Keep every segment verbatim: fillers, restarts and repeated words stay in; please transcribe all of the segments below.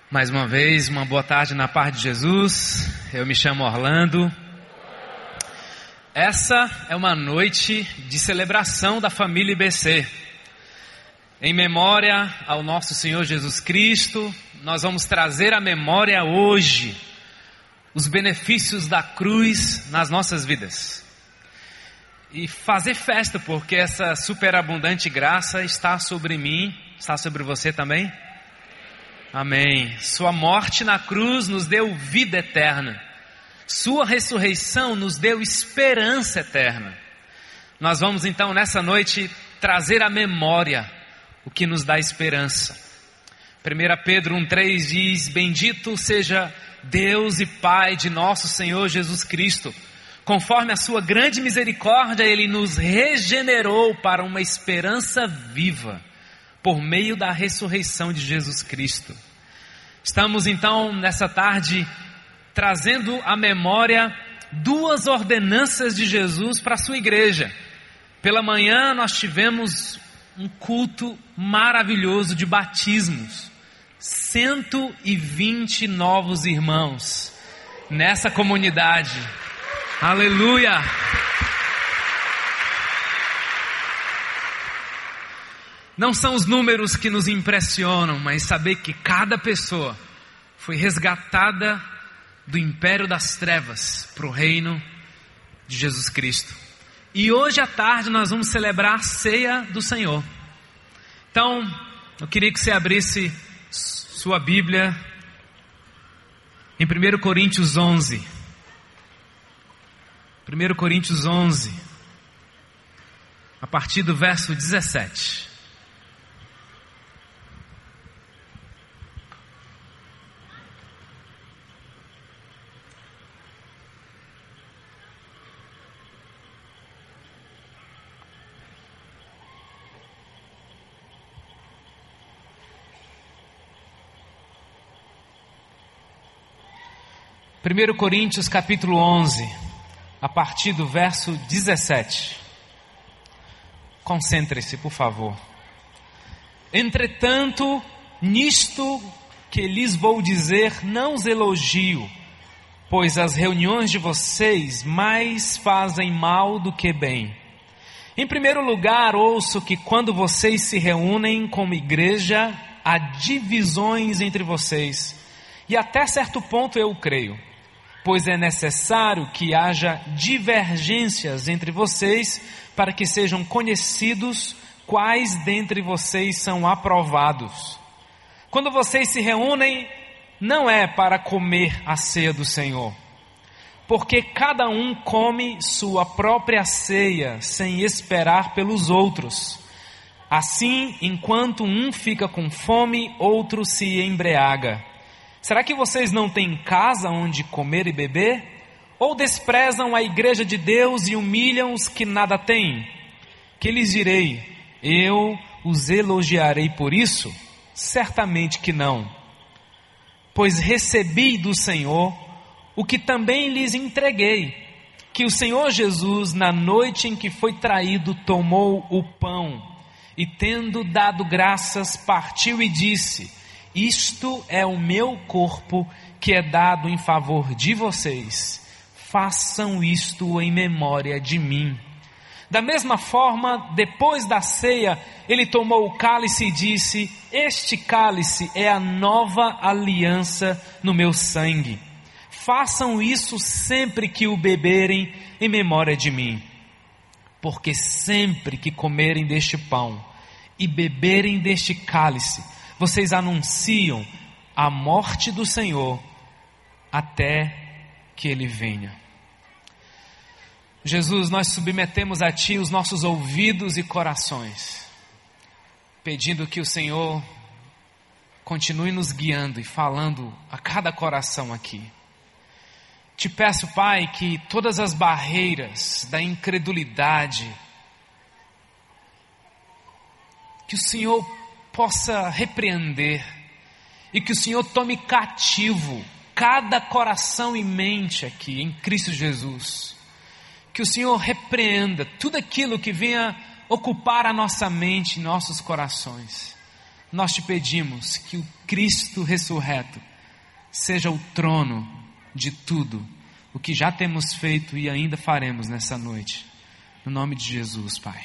Mais uma vez, uma boa tarde na paz de Jesus. Eu me chamo Orlando. Essa é uma noite de celebração da família I B C. Em memória ao nosso Senhor Jesus Cristo, nós vamos trazer à memória hoje os benefícios da cruz nas nossas vidas. E fazer festa, porque essa superabundante graça está sobre mim, está sobre você também. Amém. Sua morte na cruz nos deu vida eterna. Sua ressurreição nos deu esperança eterna. Nós vamos então nessa noite trazer à memória o que nos dá esperança. primeira Pedro um três diz: Bendito seja Deus e Pai de nosso Senhor Jesus Cristo. Conforme a sua grande misericórdia, Ele nos regenerou para uma esperança viva, por meio da ressurreição de Jesus Cristo. Estamos então nessa tarde trazendo à memória duas ordenanças de Jesus para a sua igreja. Pela manhã nós tivemos um culto maravilhoso de batismos. cento e vinte novos irmãos nessa comunidade. Aleluia! Não são os números que nos impressionam, mas saber que cada pessoa foi resgatada do império das trevas para o reino de Jesus Cristo. E hoje à tarde nós vamos celebrar a ceia do Senhor. Então, eu queria que você abrisse sua Bíblia em primeira Coríntios onze. primeira Coríntios onze, a partir do verso dezessete. primeira Coríntios capítulo onze, a partir do verso dezessete. Concentre-se, por favor. Entretanto, nisto que lhes vou dizer, não os elogio, pois as reuniões de vocês mais fazem mal do que bem. Em primeiro lugar, ouço que quando vocês se reúnem como igreja, há divisões entre vocês, e até certo ponto eu creio. Pois é necessário que haja divergências entre vocês, para que sejam conhecidos quais dentre vocês são aprovados. Quando vocês se reúnem, não é para comer a ceia do Senhor, porque cada um come sua própria ceia, sem esperar pelos outros. Assim, enquanto um fica com fome, outro se embriaga. Será que vocês não têm casa onde comer e beber? Ou desprezam a igreja de Deus e humilham os que nada têm? Que lhes direi? Eu os elogiarei por isso? Certamente que não. Pois recebi do Senhor o que também lhes entreguei, que o Senhor Jesus, na noite em que foi traído, tomou o pão e, tendo dado graças, partiu e disse: Isto é o meu corpo que é dado em favor de vocês. Façam isto em memória de mim. Da mesma forma, depois da ceia, ele tomou o cálice e disse: Este cálice é a nova aliança no meu sangue. Façam isso sempre que o beberem em memória de mim. Porque sempre que comerem deste pão e beberem deste cálice, vocês anunciam a morte do Senhor até que Ele venha. Jesus, nós submetemos a Ti os nossos ouvidos e corações, pedindo que o Senhor continue nos guiando e falando a cada coração aqui. Te peço, Pai, que todas as barreiras da incredulidade, que o Senhor possa repreender e que o Senhor tome cativo cada coração e mente aqui em Cristo Jesus. Que o Senhor repreenda tudo aquilo que venha ocupar a nossa mente e nossos corações. nós te pedimos que o Cristo ressurreto seja o trono de tudo o que já temos feito e ainda faremos nessa noite. No nome de Jesus, Pai.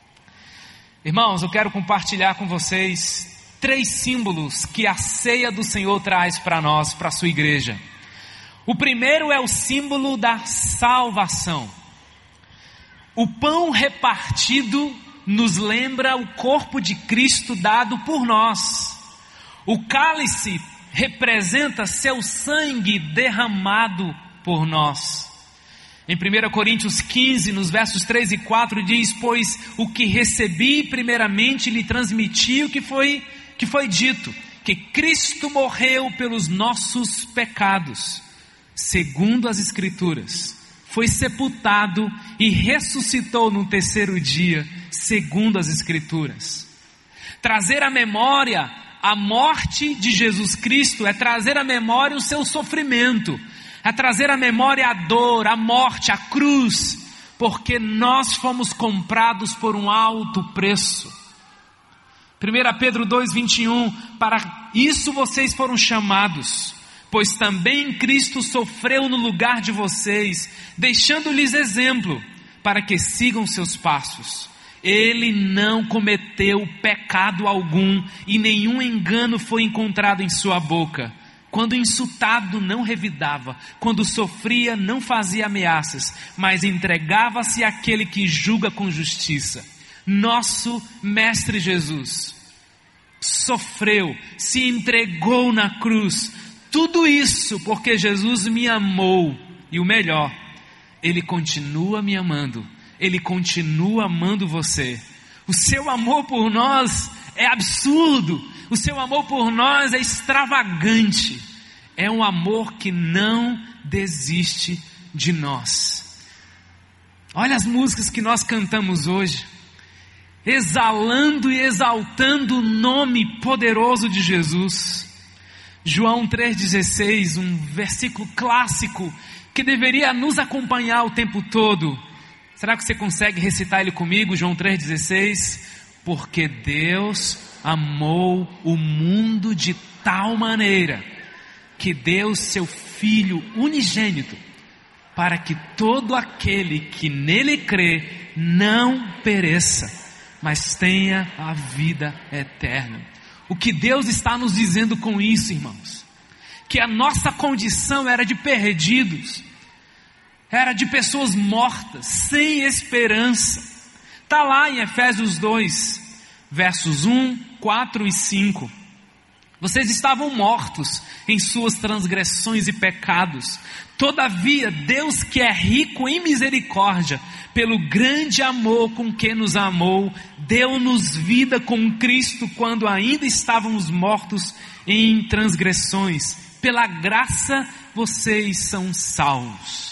Irmãos, eu quero compartilhar com vocês três símbolos que a ceia do Senhor traz para nós, para a sua igreja. O primeiro é o símbolo da salvação. O pão repartido nos lembra o corpo de Cristo dado por nós. O cálice representa seu sangue derramado por nós. Em primeira Coríntios quinze, nos versos três e quatro, diz: pois o que recebi primeiramente lhe transmiti o que foi, que foi dito, que Cristo morreu pelos nossos pecados, segundo as Escrituras, foi sepultado e ressuscitou no terceiro dia, segundo as Escrituras. Trazer à memória a morte de Jesus Cristo é trazer à memória o seu sofrimento, é trazer à memória a dor, a morte, a cruz, porque nós fomos comprados por um alto preço. primeira Pedro dois, vinte e um, para isso vocês foram chamados, pois também Cristo sofreu no lugar de vocês, deixando-lhes exemplo, para que sigam seus passos. Ele não cometeu pecado algum, e nenhum engano foi encontrado em sua boca. Quando insultado não revidava, quando sofria não fazia ameaças, mas entregava-se àquele que julga com justiça. Nosso Mestre Jesus sofreu, se entregou na cruz, tudo isso porque Jesus me amou, e o melhor, Ele continua me amando, Ele continua amando você. O seu amor por nós é absurdo, o seu amor por nós é extravagante, é um amor que não desiste de nós. Olha as músicas que nós cantamos hoje, exalando e exaltando o nome poderoso de Jesus. João três dezesseis, um versículo clássico que deveria nos acompanhar o tempo todo. Será que você consegue recitar ele comigo? João três dezesseis. Porque Deus amou o mundo de tal maneira que deu seu Filho unigênito, para que todo aquele que nele crê não pereça, mas tenha a vida eterna. O que Deus está nos dizendo com isso, irmãos? Que a nossa condição era de perdidos, era de pessoas mortas, sem esperança. Está lá em Efésios dois, versos um, quatro e cinco. Vocês estavam mortos em suas transgressões e pecados. Todavia, Deus, que é rico em misericórdia, pelo grande amor com que nos amou, deu-nos vida com Cristo quando ainda estávamos mortos em transgressões. Pela graça vocês são salvos.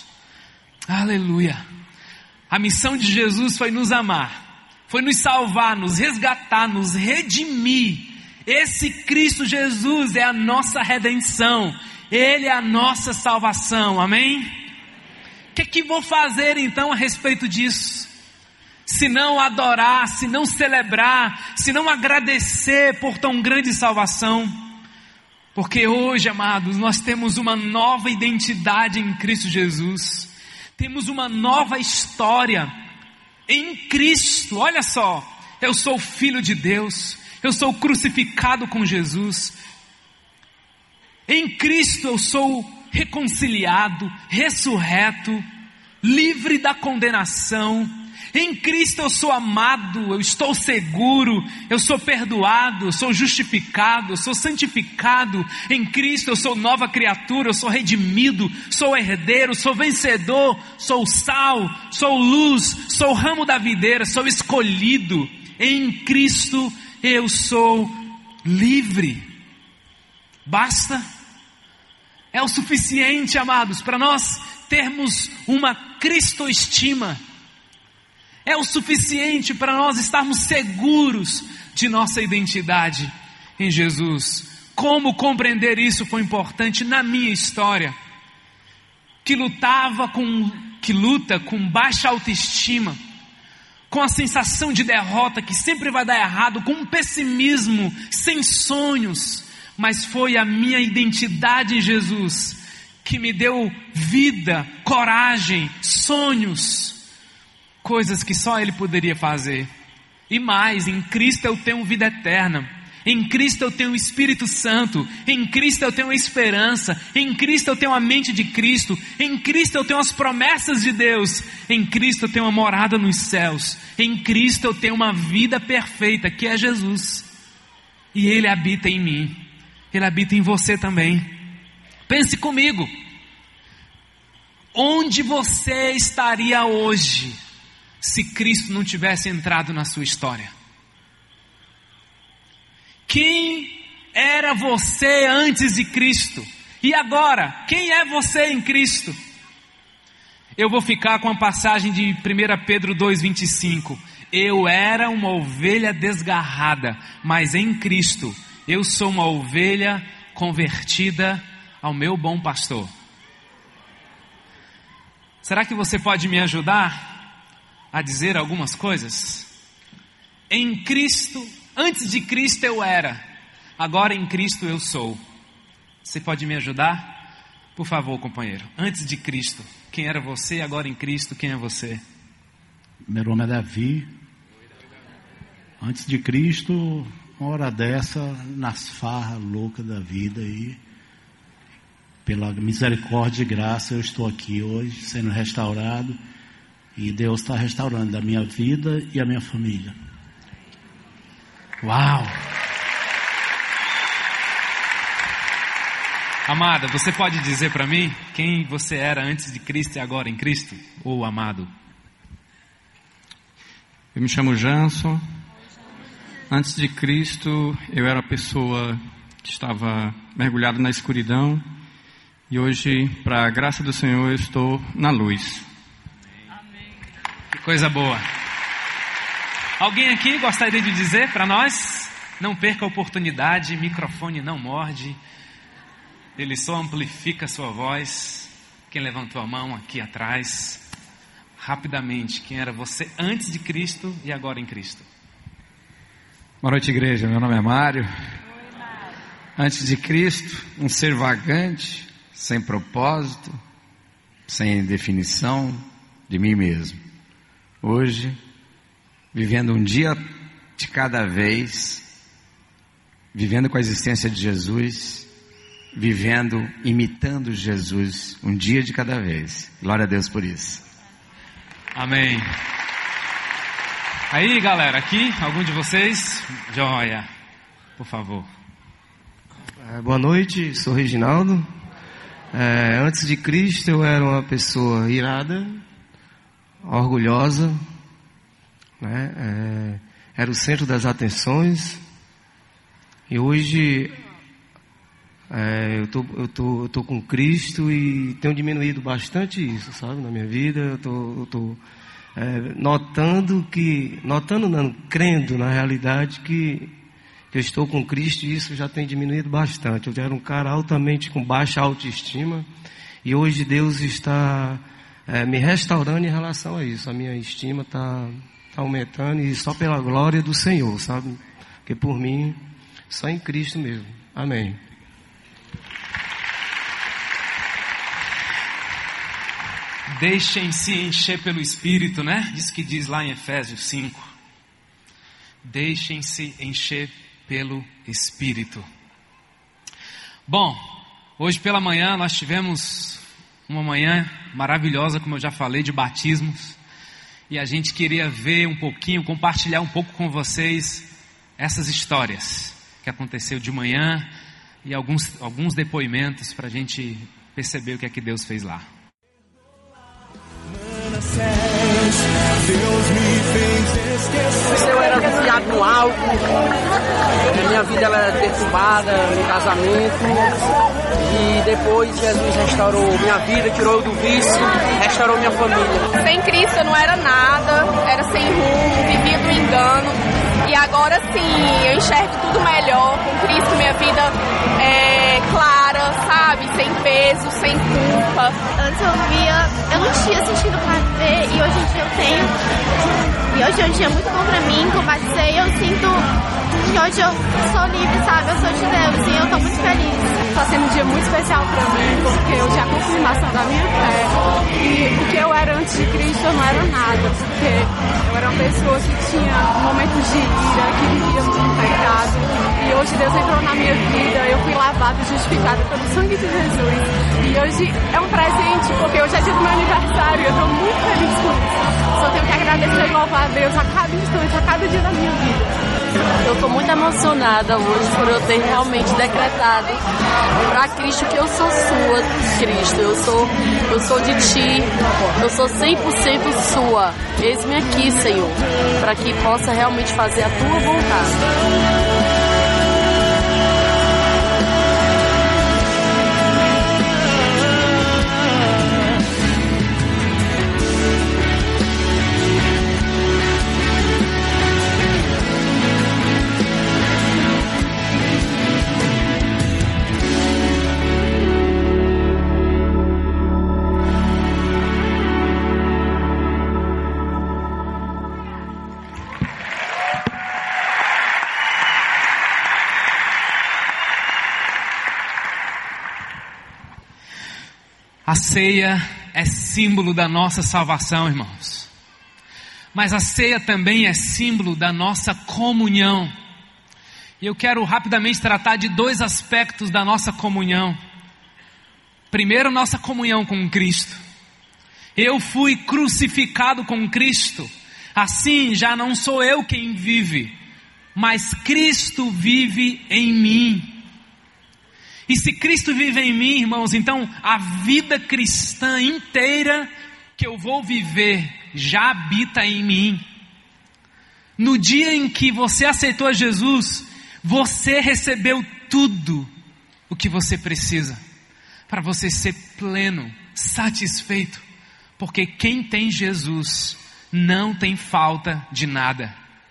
Aleluia. A missão de Jesus foi nos amar, foi nos salvar, nos resgatar, nos redimir. Esse Cristo Jesus é a nossa redenção, Ele é a nossa salvação, amém? O que é que vou fazer então a respeito disso? Se não adorar, se não celebrar, se não agradecer por tão grande salvação? Porque hoje, amados, nós temos uma nova identidade em Cristo Jesus, temos uma nova história em Cristo. Olha só, eu sou filho de Deus, eu sou crucificado com Jesus, em Cristo eu sou reconciliado, ressurreto, livre da condenação. Em Cristo eu sou amado, eu estou seguro, eu sou perdoado, eu sou justificado, eu sou santificado. Em Cristo eu sou nova criatura, eu sou redimido, sou herdeiro, sou vencedor, sou sal, sou luz, sou ramo da videira, sou escolhido. Em Cristo eu sou livre. Basta? É o suficiente, amados, para nós termos uma cristoestima. É o suficiente para nós estarmos seguros de nossa identidade em Jesus. Como compreender isso foi importante na minha história, que lutava com, que luta com baixa autoestima, com a sensação de derrota que sempre vai dar errado, com um pessimismo, sem sonhos, mas foi a minha identidade em Jesus que me deu vida, coragem, sonhos, coisas que só Ele poderia fazer. E mais, em Cristo eu tenho vida eterna, em Cristo eu tenho o Espírito Santo, em Cristo eu tenho a esperança, em Cristo eu tenho a mente de Cristo, em Cristo eu tenho as promessas de Deus, em Cristo eu tenho uma morada nos céus, em Cristo eu tenho uma vida perfeita, que é Jesus, e Ele habita em mim, Ele habita em você também. Pense comigo, onde você estaria hoje, se Cristo não tivesse entrado na sua história? Quem era você antes de Cristo? E agora, quem é você em Cristo? Eu vou ficar com a passagem de primeira Pedro dois, vinte e cinco. Eu era uma ovelha desgarrada, mas em Cristo eu sou uma ovelha convertida ao meu bom pastor. Será que você pode me ajudar a dizer algumas coisas? Em Cristo, antes de Cristo eu era, agora em Cristo eu sou. Você pode me ajudar? Por favor, companheiro. Antes de Cristo, quem era você? Agora em Cristo, quem é você? Meu nome é Davi. Antes de Cristo, uma hora dessa, nas farras loucas da vida aí, pela misericórdia e graça, eu estou aqui hoje, sendo restaurado, e Deus está restaurando a minha vida e a minha família. Uau! Amada, você pode dizer para mim quem você era antes de Cristo e agora em Cristo? Ou amado? Eu me chamo Janson. Antes de Cristo, eu era a pessoa que estava mergulhado na escuridão. E hoje, para a graça do Senhor, eu estou na luz. Amém. Que coisa boa. Alguém aqui gostaria de dizer para nós? Não perca a oportunidade, microfone não morde, ele só amplifica a sua voz. Quem levantou a mão aqui atrás, rapidamente, quem era você antes de Cristo e agora em Cristo? Boa noite, igreja, meu nome é Mário. Oi, Mário. Antes de Cristo, um ser vagante, sem propósito, sem definição de mim mesmo. Hoje, vivendo um dia de cada vez, vivendo com a existência de Jesus, vivendo, imitando Jesus, um dia de cada vez. Glória a Deus por isso. Amém. Aí, galera, aqui, algum de vocês? Joia, por favor. É, boa noite, sou Reginaldo. É, antes de Cristo eu era uma pessoa irada, orgulhosa, né? É, era o centro das atenções. E hoje é, eu tô, eu tô, eu tô com Cristo e tenho diminuído bastante isso, sabe, na minha vida. Eu tô, eu tô é, notando que, notando não, crendo na realidade que, que eu estou com Cristo, e isso já tem diminuído bastante. Eu era um cara altamente com baixa autoestima e hoje Deus está é, me restaurando em relação a isso. A minha estima está tá aumentando, e só pela glória do Senhor, sabe? Porque por mim, só em Cristo mesmo. Amém. Deixem-se encher pelo Espírito, né? Isso que diz lá em Efésios cinco. Deixem-se encher pelo Espírito. Bom, hoje pela manhã nós tivemos uma manhã maravilhosa, como eu já falei, de batismos. E a gente queria ver um pouquinho, compartilhar um pouco com vocês essas histórias que aconteceu de manhã e alguns, alguns depoimentos para a gente perceber o que é que Deus fez lá. Eu era viciado no álcool, minha vida ela era perturbada no casamento, e depois Jesus restaurou minha vida, tirou eu do vício, restaurou minha família. Sem Cristo eu não era nada, era sem rumo, vivia do engano, e agora sim, eu enxergo tudo melhor, com Cristo minha vida é clara, sabe, sem peso, sem culpa. Antes eu via, eu não tinha sentido pra ver, e hoje em dia eu tenho. E hoje é um dia muito bom pra mim, como a ceia, eu sinto que hoje eu sou livre, sabe? Eu sou de Deus e eu tô muito feliz. Tá sendo um dia muito especial pra mim, porque hoje é a confirmação da minha fé. E o que eu era antes de Cristo, eu não era nada, porque eu era uma pessoa que tinha momentos de ira, que vivia no pecado. E hoje Deus entrou na minha vida, eu fui lavada e justificada pelo sangue de Jesus. E hoje é um presente, porque hoje é dia do meu aniversário e eu tô muito feliz com isso. Só tenho que agradecer e louvar a Deus a cada instante, a cada dia da minha vida. Eu estou muito emocionada hoje por eu ter realmente decretado para Cristo que eu sou sua, Cristo. Eu sou, eu sou de Ti, eu sou cem por cento sua. Eis-me aqui, Senhor, para que possa realmente fazer a Tua vontade. A ceia é símbolo da nossa salvação, irmãos. Mas a ceia também é símbolo da nossa comunhão. E eu quero rapidamente tratar de dois aspectos da nossa comunhão. Primeiro, nossa comunhão com Cristo. Eu fui crucificado com Cristo. Assim, já não sou eu quem vive, mas Cristo vive em mim. E se Cristo vive em mim, irmãos, então a vida cristã inteira que eu vou viver já habita em mim. No dia em que você aceitou a Jesus, você recebeu tudo o que você precisa para você ser pleno, satisfeito, porque quem tem Jesus não tem falta de nada.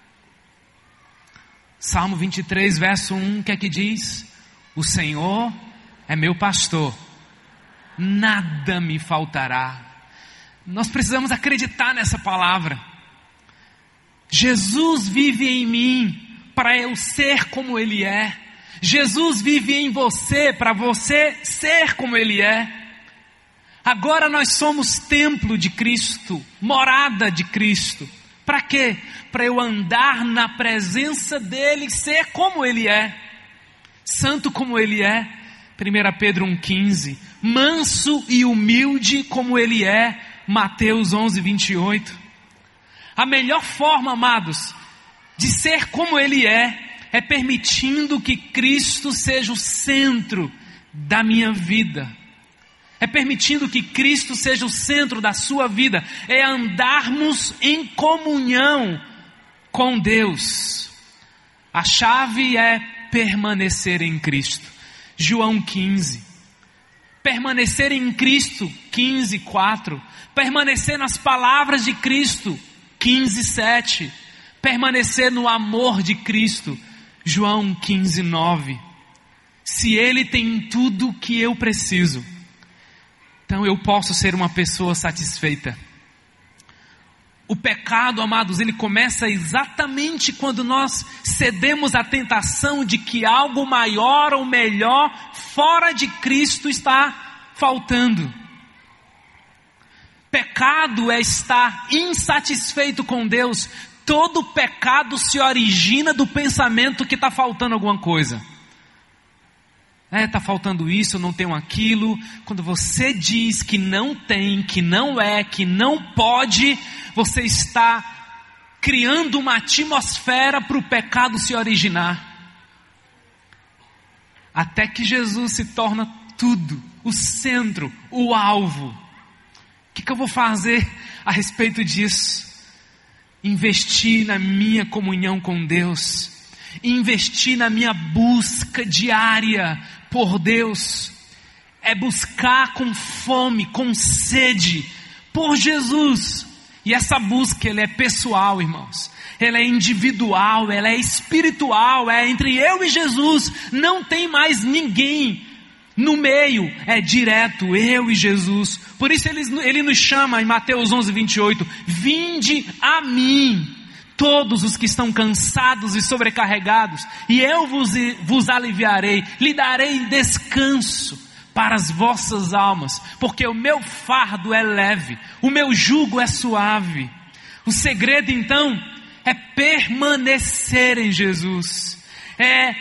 Salmo vinte e três, verso um, o que é que diz? O Senhor é meu pastor, nada me faltará. Nós precisamos acreditar nessa palavra. Jesus vive em mim para eu ser como Ele é. Jesus vive em você para você ser como Ele é. Agora nós somos templo de Cristo, morada de Cristo. Para quê? Para eu andar na presença dEle, ser como Ele é. Santo como Ele é, primeira Pedro um, quinze, manso e humilde como Ele é, Mateus onze, vinte e oito. A melhor forma, amados, de ser como Ele é, é permitindo que Cristo seja o centro da minha vida. É permitindo que Cristo seja o centro da sua vida. É andarmos em comunhão com Deus. A chave é permanecer em Cristo. João quinze. Permanecer em Cristo, quinze, quatro. Permanecer nas palavras de Cristo, quinze, sete. Permanecer no amor de Cristo, João quinze, nove. Se Ele tem tudo o que eu preciso, então eu posso ser uma pessoa satisfeita. O pecado, amados, ele começa exatamente quando nós cedemos à tentação de que algo maior ou melhor fora de Cristo está faltando. Pecado é estar insatisfeito com Deus. Todo pecado se origina do pensamento que está faltando alguma coisa. É, está faltando isso, não tenho aquilo. Quando você diz que não tem, que não é, que não pode, você está criando uma atmosfera para o pecado se originar. Até que Jesus se torna tudo, o centro, o alvo. O que, que eu vou fazer a respeito disso? Investir na minha comunhão com Deus. Investir na minha busca diária por Deus. É buscar com fome, com sede por Jesus. E essa busca, ela é pessoal, irmãos. Ela é individual, ela é espiritual, é entre eu e Jesus. Não tem mais ninguém no meio, é direto, eu e Jesus. Por isso ele, ele nos chama em Mateus onze, vinte e oito, vinde a mim. todos os que estão cansados e sobrecarregados, e eu vos, vos aliviarei, lhe darei descanso para as vossas almas, porque o meu fardo é leve, o meu jugo é suave. O segredo então é permanecer em Jesus, é,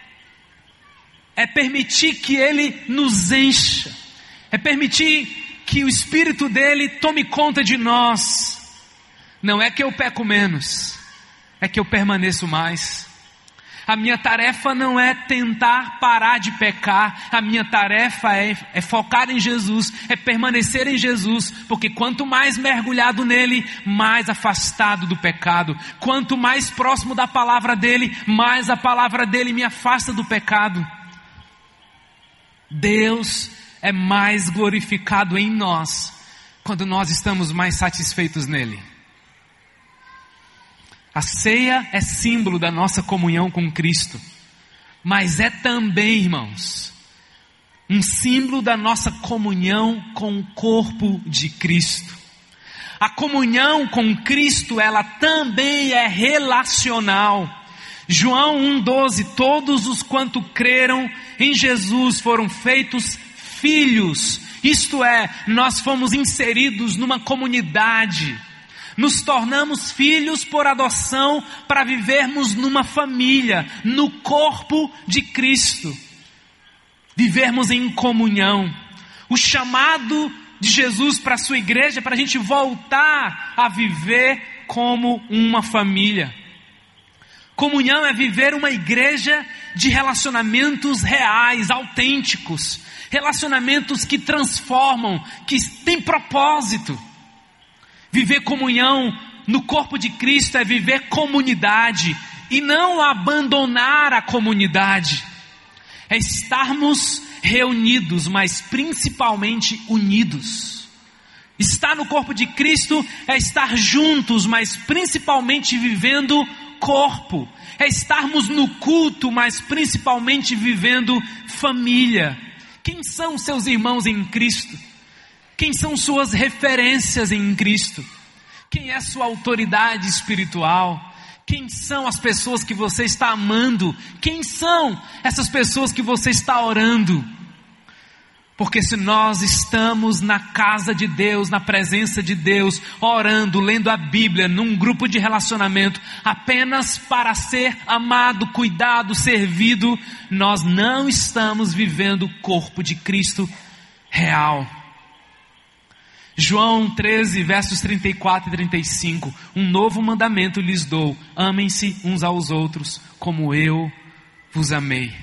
é permitir que Ele nos encha, é permitir que o Espírito dEle tome conta de nós. Não é que eu peco menos, é que eu permaneço mais. A minha tarefa não é tentar parar de pecar, a minha tarefa é, é focar em Jesus, é permanecer em Jesus, porque quanto mais mergulhado nele, mais afastado do pecado. Quanto mais próximo da palavra dele, mais a palavra dele me afasta do pecado. Deus é mais glorificado em nós, quando nós estamos mais satisfeitos nele. A ceia é símbolo da nossa comunhão com Cristo, mas é também, irmãos, um símbolo da nossa comunhão com o corpo de Cristo. A comunhão com Cristo, ela também é relacional. João um, doze, todos os quanto creram em Jesus foram feitos filhos, isto é, nós fomos inseridos numa comunidade. Nos tornamos filhos por adoção para vivermos numa família, no corpo de Cristo. Vivermos em comunhão. O chamado de Jesus para a sua igreja é para a gente voltar a viver como uma família. Comunhão é viver uma igreja de relacionamentos reais, autênticos. Relacionamentos que transformam, que têm propósito. Viver comunhão no corpo de Cristo é viver comunidade e não abandonar a comunidade. É estarmos reunidos, mas principalmente unidos. Estar no corpo de Cristo é estar juntos, mas principalmente vivendo corpo. É estarmos no culto, mas principalmente vivendo família. Quem são seus irmãos em Cristo? Quem são suas referências em Cristo? Quem é sua autoridade espiritual? Quem são as pessoas que você está amando? Quem são essas pessoas que você está orando? Porque se nós estamos na casa de Deus, na presença de Deus, orando, lendo a Bíblia, num grupo de relacionamento, apenas para ser amado, cuidado, servido, nós não estamos vivendo o corpo de Cristo real. João treze, versos trinta e quatro e trinta e cinco. Um novo mandamento lhes dou: amem-se uns aos outros, como eu vos amei.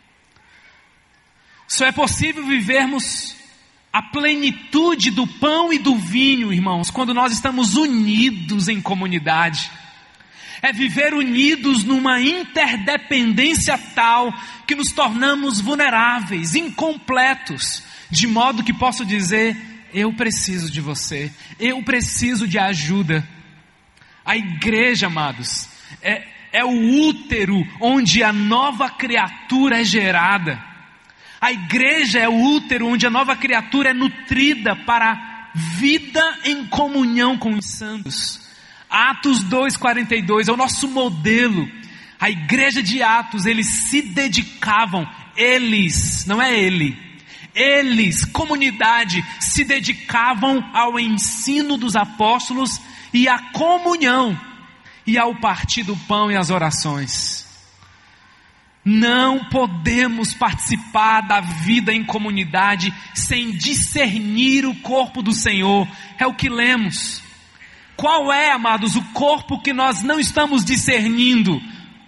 Só é possível vivermos a plenitude do pão e do vinho, irmãos, quando nós estamos unidos em comunidade. É viver unidos numa interdependência tal que nos tornamos vulneráveis, incompletos, de modo que posso dizer: eu preciso de você, eu preciso de ajuda. A igreja, amados, é, é o útero onde a nova criatura é gerada. A igreja é o útero onde a nova criatura é nutrida para a vida em comunhão com os santos. Atos dois, quarenta e dois é o nosso modelo. A igreja de Atos, eles se dedicavam, eles, não é ele, eles, comunidade, se dedicavam ao ensino dos apóstolos e à comunhão e ao partir do pão e às orações. Não podemos participar da vida em comunidade sem discernir o corpo do Senhor. É o que lemos. Qual é, amados, o corpo que nós não estamos discernindo?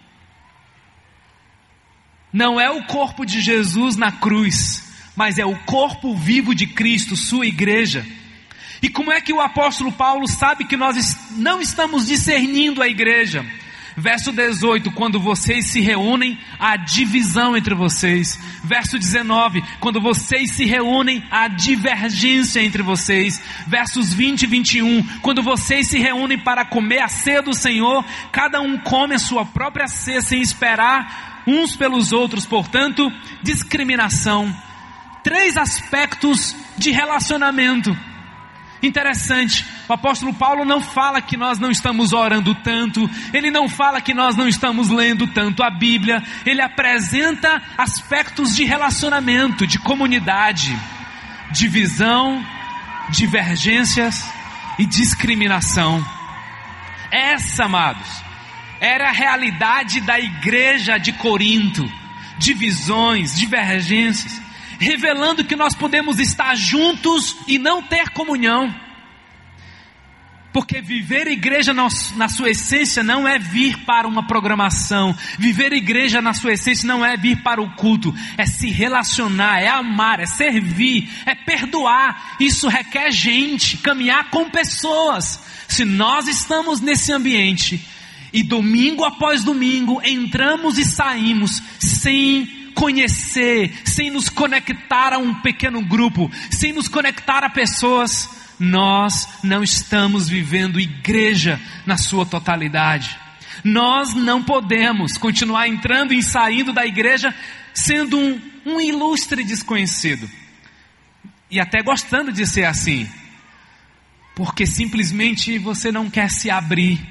Não é o corpo de Jesus na cruz, mas é o corpo vivo de Cristo, sua igreja. E como é que o apóstolo Paulo sabe que nós não estamos discernindo a igreja? Verso dezoito, quando vocês se reúnem, há divisão entre vocês. Verso dezenove, quando vocês se reúnem, há divergência entre vocês. Versos vinte e vinte e um, quando vocês se reúnem para comer a ceia do Senhor, cada um come a sua própria ceia sem esperar uns pelos outros, portanto, discriminação. Três aspectos de relacionamento. Interessante, o apóstolo Paulo não fala que nós não estamos orando tanto, ele não fala que nós não estamos lendo tanto a Bíblia, ele apresenta aspectos de relacionamento, de comunidade, divisão, divergências e discriminação. Essa, amados, era a realidade da igreja de Corinto, divisões, divergências, revelando que nós podemos estar juntos e não ter comunhão. Porque viver igreja na sua essência não é vir para uma programação. Viver igreja na sua essência não é vir para o culto. É se relacionar, é amar, é servir, é perdoar. Isso requer gente, caminhar com pessoas. Se nós estamos nesse ambiente e domingo após domingo entramos e saímos sem conhecer, sem nos conectar a um pequeno grupo, sem nos conectar a pessoas, nós não estamos vivendo igreja na sua totalidade. Nós não podemos continuar entrando e saindo da igreja sendo um, um ilustre desconhecido, e até gostando de ser assim, porque simplesmente você não quer se abrir.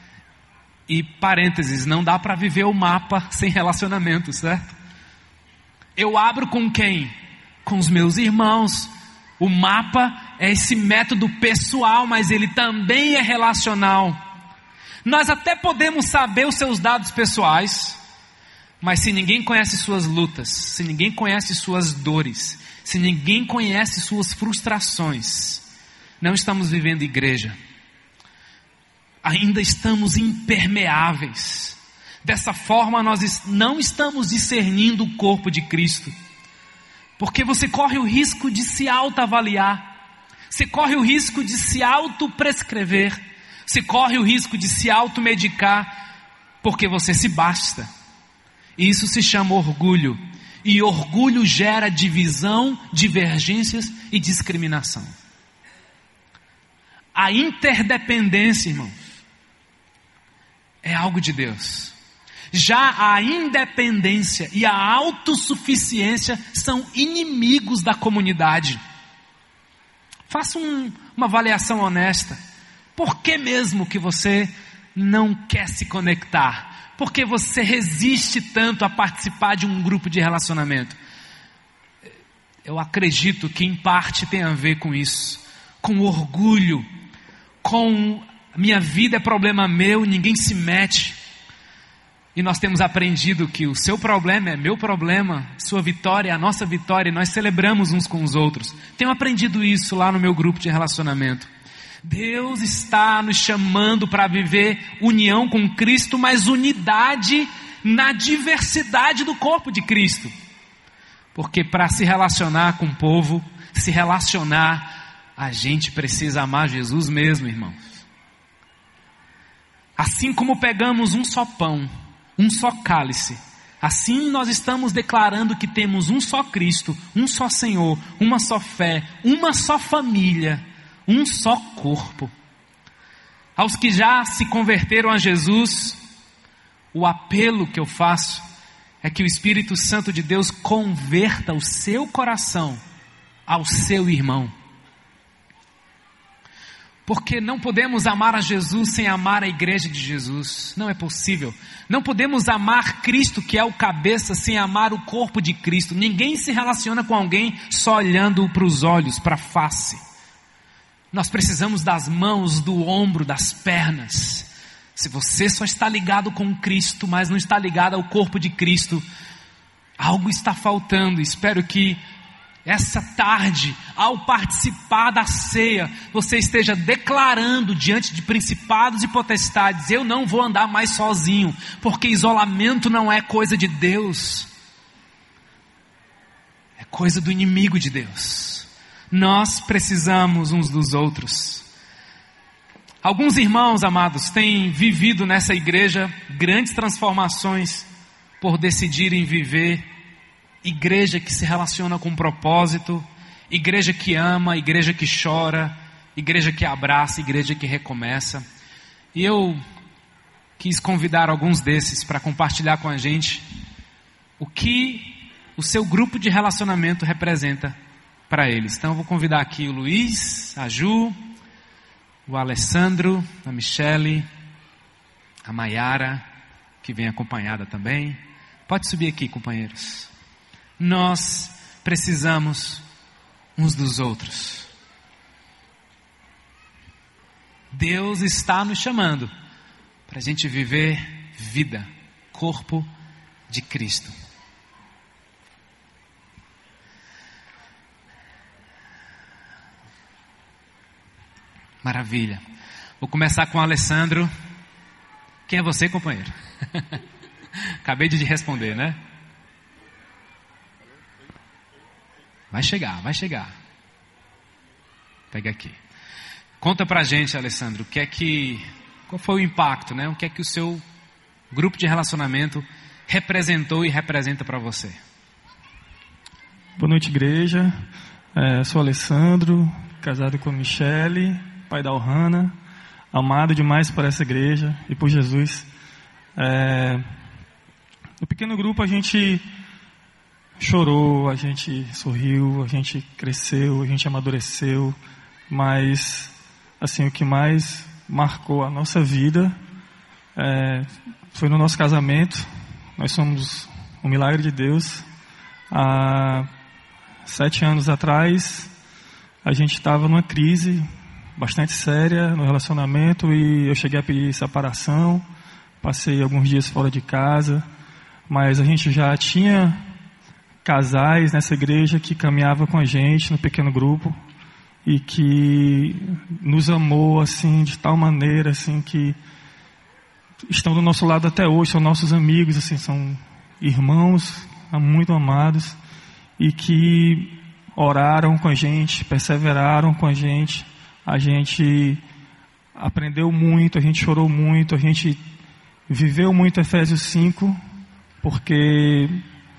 E parênteses, não dá para viver o mapa sem relacionamento, certo? Eu abro com quem? Com os meus irmãos. O mapa é esse método pessoal, mas ele também é relacional. Nós até podemos saber os seus dados pessoais, mas se ninguém conhece suas lutas, se ninguém conhece suas dores, se ninguém conhece suas frustrações, não estamos vivendo igreja. Ainda estamos impermeáveis. Dessa forma nós não estamos discernindo o corpo de Cristo. Porque você corre o risco de se autoavaliar. Você corre o risco de se autoprescrever. Você corre o risco de se automedicar. Porque você se basta. E isso se chama orgulho. E orgulho gera divisão, divergências e discriminação. A interdependência, irmãos, é algo de Deus. Já a independência e a autossuficiência são inimigos da comunidade. Faça um, uma avaliação honesta. Por que mesmo que você não quer se conectar? Por que você resiste tanto a participar de um grupo de relacionamento? Eu acredito que em parte tem a ver com isso, com orgulho, com minha vida é problema meu, ninguém se mete. E nós temos aprendido que o seu problema é meu problema, sua vitória é a nossa vitória, e nós celebramos uns com os outros. Tenho aprendido isso lá no meu grupo de relacionamento. Deus está nos chamando para viver união com Cristo, mas unidade na diversidade do corpo de Cristo. Porque para se relacionar com o povo, se relacionar, a gente precisa amar Jesus mesmo, irmãos. Assim como pegamos um só pão, um só cálice, assim nós estamos declarando que temos um só Cristo, um só Senhor, uma só fé, uma só família, um só corpo. Aos que já se converteram a Jesus, o apelo que eu faço é que o Espírito Santo de Deus converta o seu coração ao seu irmão. Porque não podemos amar a Jesus sem amar a igreja de Jesus. Não é possível. Não podemos amar Cristo, que é o cabeça, sem amar o corpo de Cristo. Ninguém se relaciona com alguém só olhando para os olhos, para a face. Nós precisamos das mãos, do ombro, das pernas. Se você só está ligado com Cristo, mas não está ligado ao corpo de Cristo, algo está faltando. Espero que essa tarde, ao participar da ceia, você esteja declarando diante de principados e potestades: eu não vou andar mais sozinho, porque isolamento não é coisa de Deus, é coisa do inimigo de Deus. Nós precisamos uns dos outros. Alguns irmãos amados têm vivido nessa igreja grandes transformações por decidirem viver igreja que se relaciona com propósito, igreja que ama, igreja que chora, igreja que abraça, igreja que recomeça. E eu quis convidar alguns desses para compartilhar com a gente o que o seu grupo de relacionamento representa para eles. Então eu vou convidar aqui o Luiz, a Ju, o Alessandro, a Michele, a Maiara, que vem acompanhada também. Pode subir aqui, companheiros. Nós precisamos uns dos outros. Deus está nos chamando para a gente viver vida, corpo de Cristo. Maravilha. Vou começar com o Alessandro. Quem é você, companheiro? Acabei de responder, né? Vai chegar, vai chegar. Pega aqui. Conta pra gente, Alessandro, o que é que, qual foi o impacto, né? O que é que o seu grupo de relacionamento representou e representa para você? Boa noite, igreja. É, sou Alessandro, casado com a Michele, pai da Ohana, amado demais por essa igreja e por Jesus. É, no pequeno grupo a gente chorou, a gente sorriu, a gente cresceu, a gente amadureceu, mas assim, o que mais marcou a nossa vida é, foi no nosso casamento. Nós somos um milagre de Deus. Há sete anos atrás, a gente estava numa crise bastante séria no relacionamento e eu cheguei a pedir separação. Passei alguns dias fora de casa, mas a gente já tinha casais nessa igreja que caminhava com a gente no pequeno grupo e que nos amou assim de tal maneira assim que estão do nosso lado até hoje, são nossos amigos, assim, são irmãos muito amados e que oraram com a gente, perseveraram com a gente. A gente aprendeu muito, a gente chorou muito, a gente viveu muito Efésios cinco, porque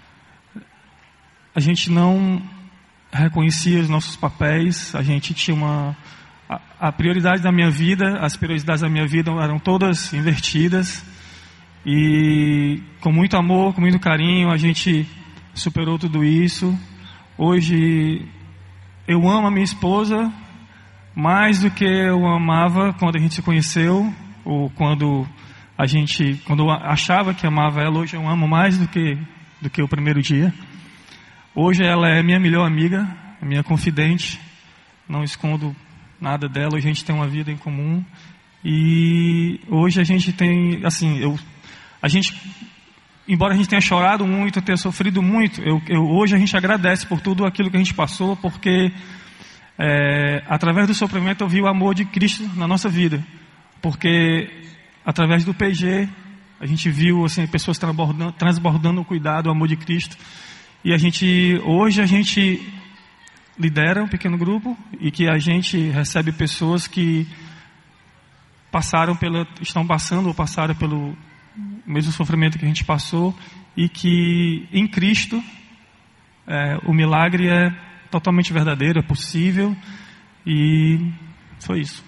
a gente não reconhecia os nossos papéis, a gente tinha uma... A, a prioridade da minha vida, as prioridades da minha vida eram todas invertidas e com muito amor, com muito carinho, a gente superou tudo isso. Hoje eu amo a minha esposa mais do que eu amava quando a gente se conheceu, ou quando a gente, quando eu achava que amava ela. Hoje eu amo mais do que, do que o primeiro dia. Hoje ela é minha melhor amiga, minha confidente, não escondo nada dela. Hoje a gente tem uma vida em comum e hoje a gente tem, assim, eu, a gente, embora a gente tenha chorado muito, tenha sofrido muito, eu, eu, hoje a gente agradece por tudo aquilo que a gente passou, porque é, através do sofrimento eu vi o amor de Cristo na nossa vida, porque através do P G a gente viu assim, pessoas transbordando, transbordando o cuidado, o amor de Cristo, e a gente, hoje a gente lidera um pequeno grupo e que a gente recebe pessoas que passaram pela, estão passando ou passaram pelo mesmo sofrimento que a gente passou e que em Cristo é, o milagre é totalmente verdadeiro, é possível e foi isso.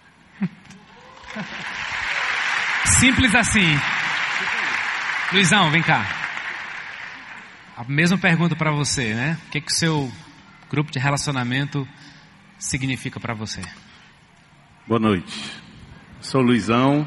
Simples assim. Luizão, vem cá. A mesma pergunta para você, né? O que que o seu grupo de relacionamento significa para você? Boa noite. Sou Luizão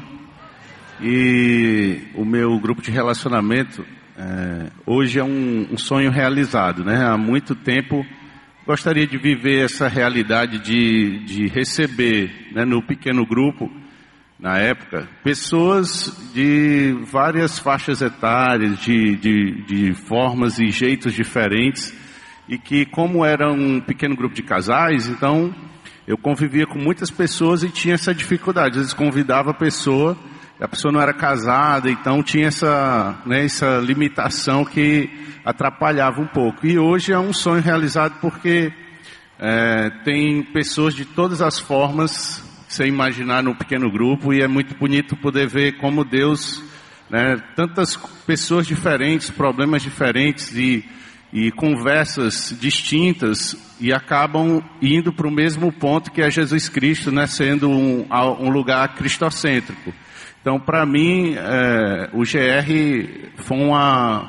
e o meu grupo de relacionamento é, hoje é um, um sonho realizado, né? Há muito tempo gostaria de viver essa realidade de, de receber, né, no pequeno grupo, na época, pessoas de várias faixas etárias, de, de, de formas e jeitos diferentes, e que, como era um pequeno grupo de casais, então eu convivia com muitas pessoas e tinha essa dificuldade. Às vezes convidava a pessoa, a pessoa não era casada, então tinha essa, né, essa limitação que atrapalhava um pouco. E hoje é um sonho realizado porque é, tem pessoas de todas as formas, você imaginar, no pequeno grupo, e é muito bonito poder ver como Deus, né, tantas pessoas diferentes, problemas diferentes e, e conversas distintas, e acabam indo para o mesmo ponto que é Jesus Cristo, né, sendo um, um lugar cristocêntrico. Então, para mim, é, o G R foi uma,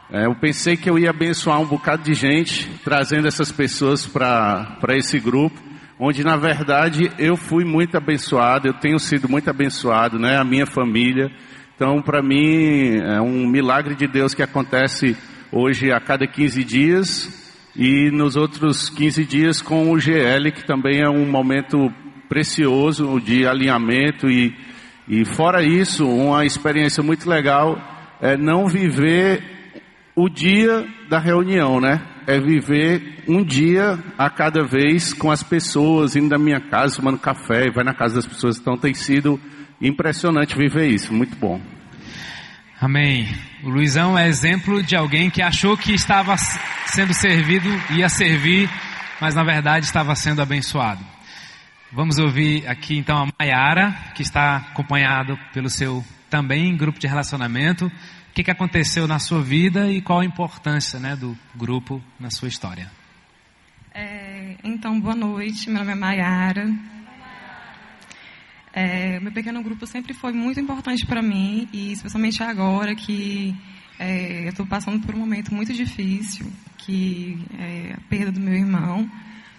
É, eu pensei que eu ia abençoar um bocado de gente, trazendo essas pessoas para para esse grupo, onde na verdade eu fui muito abençoado, eu tenho sido muito abençoado, né? A minha família. Então, para mim, é um milagre de Deus que acontece hoje a cada quinze dias e nos outros quinze dias com o G L, que também é um momento precioso de alinhamento e, e fora isso, uma experiência muito legal é não viver o dia da reunião, né? É viver um dia a cada vez com as pessoas, indo da minha casa, tomando café, vai na casa das pessoas. Então tem sido impressionante viver isso, muito bom. Amém. O Luizão é exemplo de alguém que achou que estava sendo servido, ia servir, mas na verdade estava sendo abençoado. Vamos ouvir aqui então a Maiara, que está acompanhado pelo seu também grupo de relacionamento. O que, que aconteceu na sua vida e qual a importância, né, do grupo na sua história? É, então, boa noite, meu nome é Maiara. É, meu pequeno grupo sempre foi muito importante para mim, e especialmente agora que é, eu estou passando por um momento muito difícil, que é a perda do meu irmão,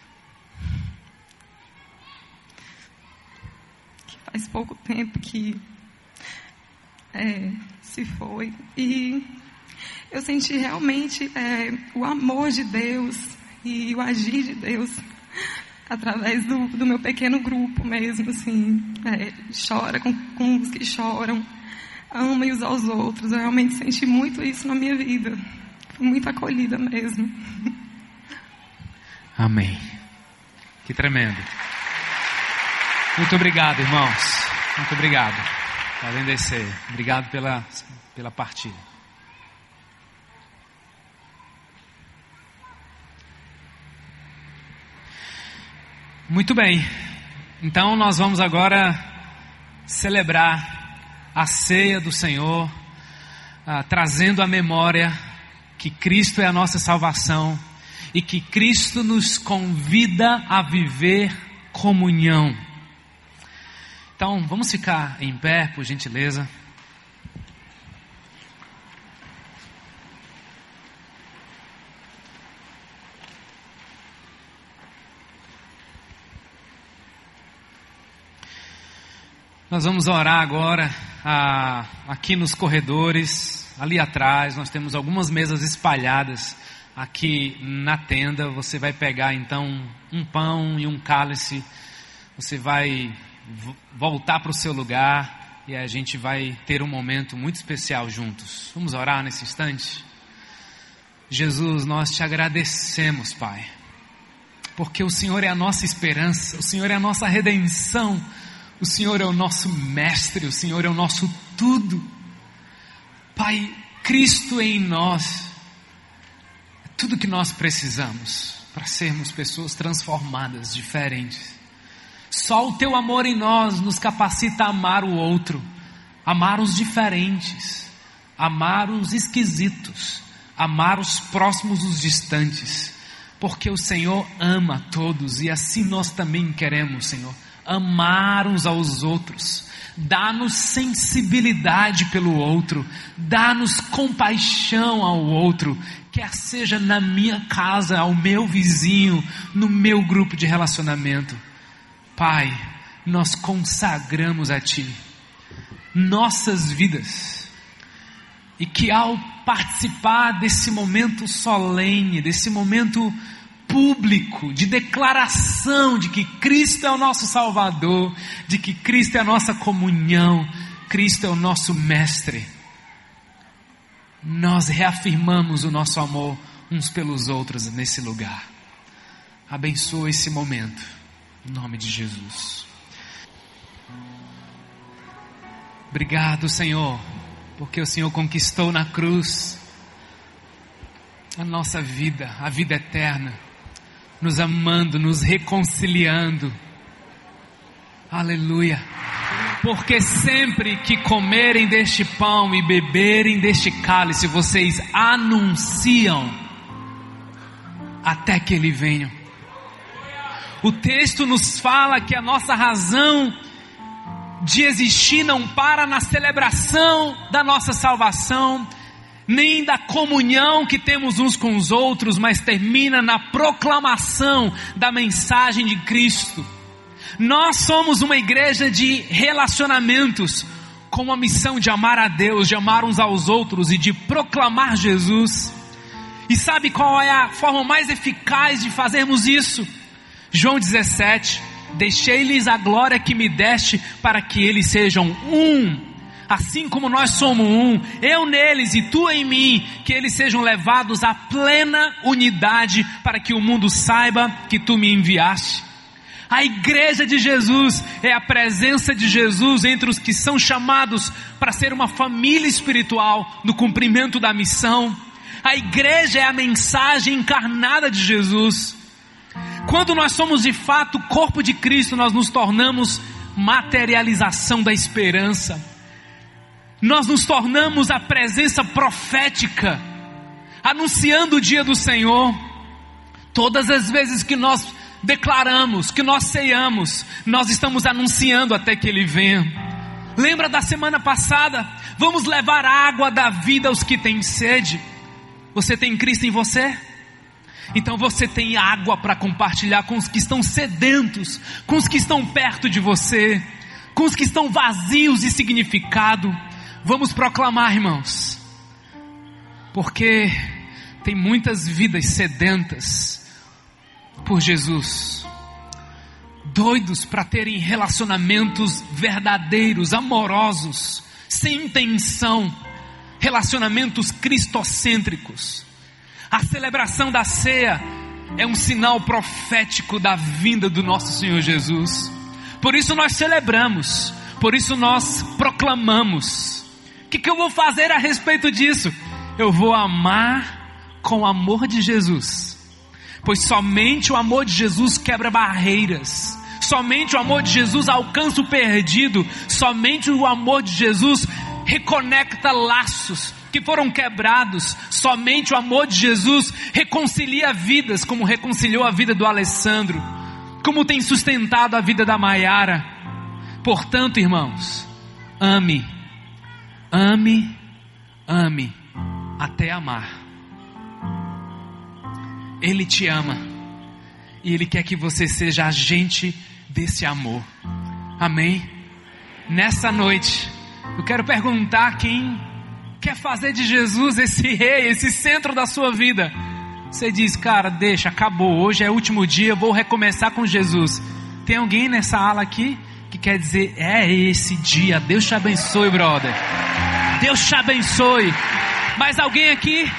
que faz pouco tempo que é, se foi, e eu senti realmente é, o amor de Deus e o agir de Deus através do, do meu pequeno grupo mesmo, assim, é, chora com, com os que choram, ama uns aos outros. Eu realmente senti muito isso na minha vida, fui muito acolhida mesmo. Amém. Que tremendo. Muito obrigado, irmãos, muito obrigado. Podem descer. Obrigado pela, pela partilha. Muito bem. Então nós vamos agora celebrar a ceia do Senhor, ah, trazendo à memória que Cristo é a nossa salvação e que Cristo nos convida a viver comunhão. Então, vamos ficar em pé, por gentileza. Nós vamos orar agora ah, aqui nos corredores, ali atrás. Nós temos algumas mesas espalhadas aqui na tenda. Você vai pegar então um pão e um cálice. Você vai voltar para o seu lugar e a gente vai ter um momento muito especial juntos. Vamos orar nesse instante? Jesus, nós te agradecemos, Pai, porque o Senhor é a nossa esperança, o Senhor é a nossa redenção, o Senhor é o nosso mestre, o Senhor é o nosso tudo. Pai, Cristo em nós é tudo que nós precisamos para sermos pessoas transformadas, diferentes. Só o teu amor em nós nos capacita a amar o outro, amar os diferentes, amar os esquisitos, amar os próximos, os distantes, porque o Senhor ama todos e assim nós também queremos, Senhor, amar uns aos outros. Dá-nos sensibilidade pelo outro, dá-nos compaixão ao outro, quer seja na minha casa, ao meu vizinho, no meu grupo de relacionamento. Pai, nós consagramos a Ti nossas vidas, e que ao participar desse momento solene, desse momento público, de declaração de que Cristo é o nosso Salvador, de que Cristo é a nossa comunhão, Cristo é o nosso Mestre, nós reafirmamos o nosso amor uns pelos outros nesse lugar. Abençoa esse momento. Em nome de Jesus. Obrigado, Senhor, porque o Senhor conquistou na cruz a nossa vida, a vida eterna, nos amando, nos reconciliando. Aleluia. Porque sempre que comerem deste pão e beberem deste cálice, vocês anunciam até que Ele venha. O texto nos fala que a nossa razão de existir não para na celebração da nossa salvação, nem da comunhão que temos uns com os outros, mas termina na proclamação da mensagem de Cristo. Nós somos uma igreja de relacionamentos, com a missão de amar a Deus, de amar uns aos outros e de proclamar Jesus. E sabe qual é a forma mais eficaz de fazermos isso? João dezessete, deixei-lhes a glória que me deste, para que eles sejam um, assim como nós somos um, eu neles e tu em mim, que eles sejam levados à plena unidade, para que o mundo saiba que tu me enviaste. A igreja de Jesus é a presença de Jesus entre os que são chamados para ser uma família espiritual no cumprimento da missão. A igreja é a mensagem encarnada de Jesus. Quando nós somos de fato o corpo de Cristo, nós nos tornamos materialização da esperança. Nós nos tornamos a presença profética, anunciando o dia do Senhor. Todas as vezes que nós declaramos, que nós ceiamos, nós estamos anunciando até que Ele venha. Lembra da semana passada? Vamos levar a água da vida aos que têm sede. Você tem Cristo em você? Então você tem água para compartilhar com os que estão sedentos, com os que estão perto de você, com os que estão vazios de significado. Vamos proclamar, irmãos, porque tem muitas vidas sedentas por Jesus, doidos para terem relacionamentos verdadeiros, amorosos, sem intenção, relacionamentos cristocêntricos. A celebração da ceia é um sinal profético da vinda do nosso Senhor Jesus. Por isso nós celebramos, por isso nós proclamamos. O que, que eu vou fazer a respeito disso? Eu vou amar com o amor de Jesus, pois somente o amor de Jesus quebra barreiras, somente o amor de Jesus alcança o perdido, somente o amor de Jesus reconecta laços que foram quebrados, somente o amor de Jesus reconcilia vidas, como reconciliou a vida do Alessandro, como tem sustentado a vida da Maiara. Portanto, irmãos, ame, ame, ame, até amar. Ele te ama, e Ele quer que você seja agente desse amor. Amém? Nessa noite, eu quero perguntar quem quer fazer de Jesus esse rei, esse centro da sua vida. Você diz, cara, deixa, acabou, hoje é o último dia, vou recomeçar com Jesus. Tem alguém nessa ala aqui que quer dizer, é esse dia, Deus te abençoe, brother, Deus te abençoe. Mais alguém aqui?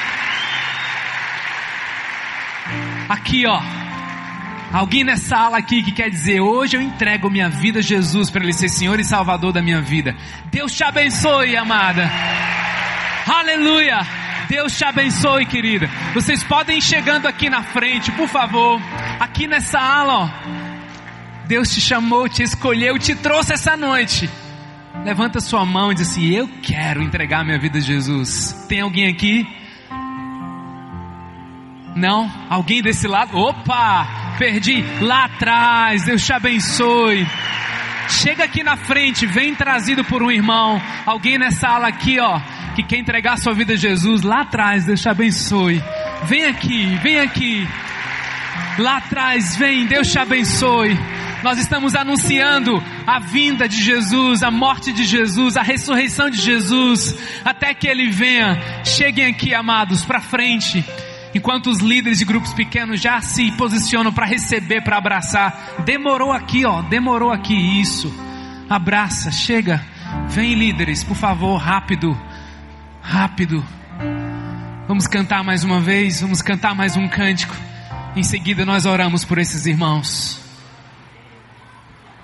Aqui, ó, alguém nessa ala aqui que quer dizer, hoje eu entrego minha vida a Jesus para Ele ser Senhor e Salvador da minha vida. Deus te abençoe, amada. Aleluia. Deus te abençoe, querida. Vocês podem ir chegando aqui na frente, por favor. Aqui nessa ala, ó, Deus te chamou, te escolheu, te trouxe essa noite. Levanta sua mão e diz assim, eu quero entregar minha vida a Jesus. Tem alguém aqui? Não? Alguém desse lado? Opa, perdi. Lá atrás, Deus te abençoe. Chega aqui na frente, vem trazido por um irmão. Alguém nessa ala aqui, ó, que quer entregar sua vida a Jesus. Lá atrás, Deus te abençoe. Vem aqui, vem aqui. Lá atrás, vem, Deus te abençoe. Nós estamos anunciando a vinda de Jesus, a morte de Jesus, a ressurreição de Jesus, até que Ele venha. Cheguem aqui, amados, para frente. Enquanto os líderes de grupos pequenos já se posicionam para receber, para abraçar. Demorou aqui, ó, demorou aqui, isso. Abraça, chega. Vem, líderes, por favor, rápido, rápido. Vamos cantar mais uma vez, vamos cantar mais um cântico. Em seguida nós oramos por esses irmãos.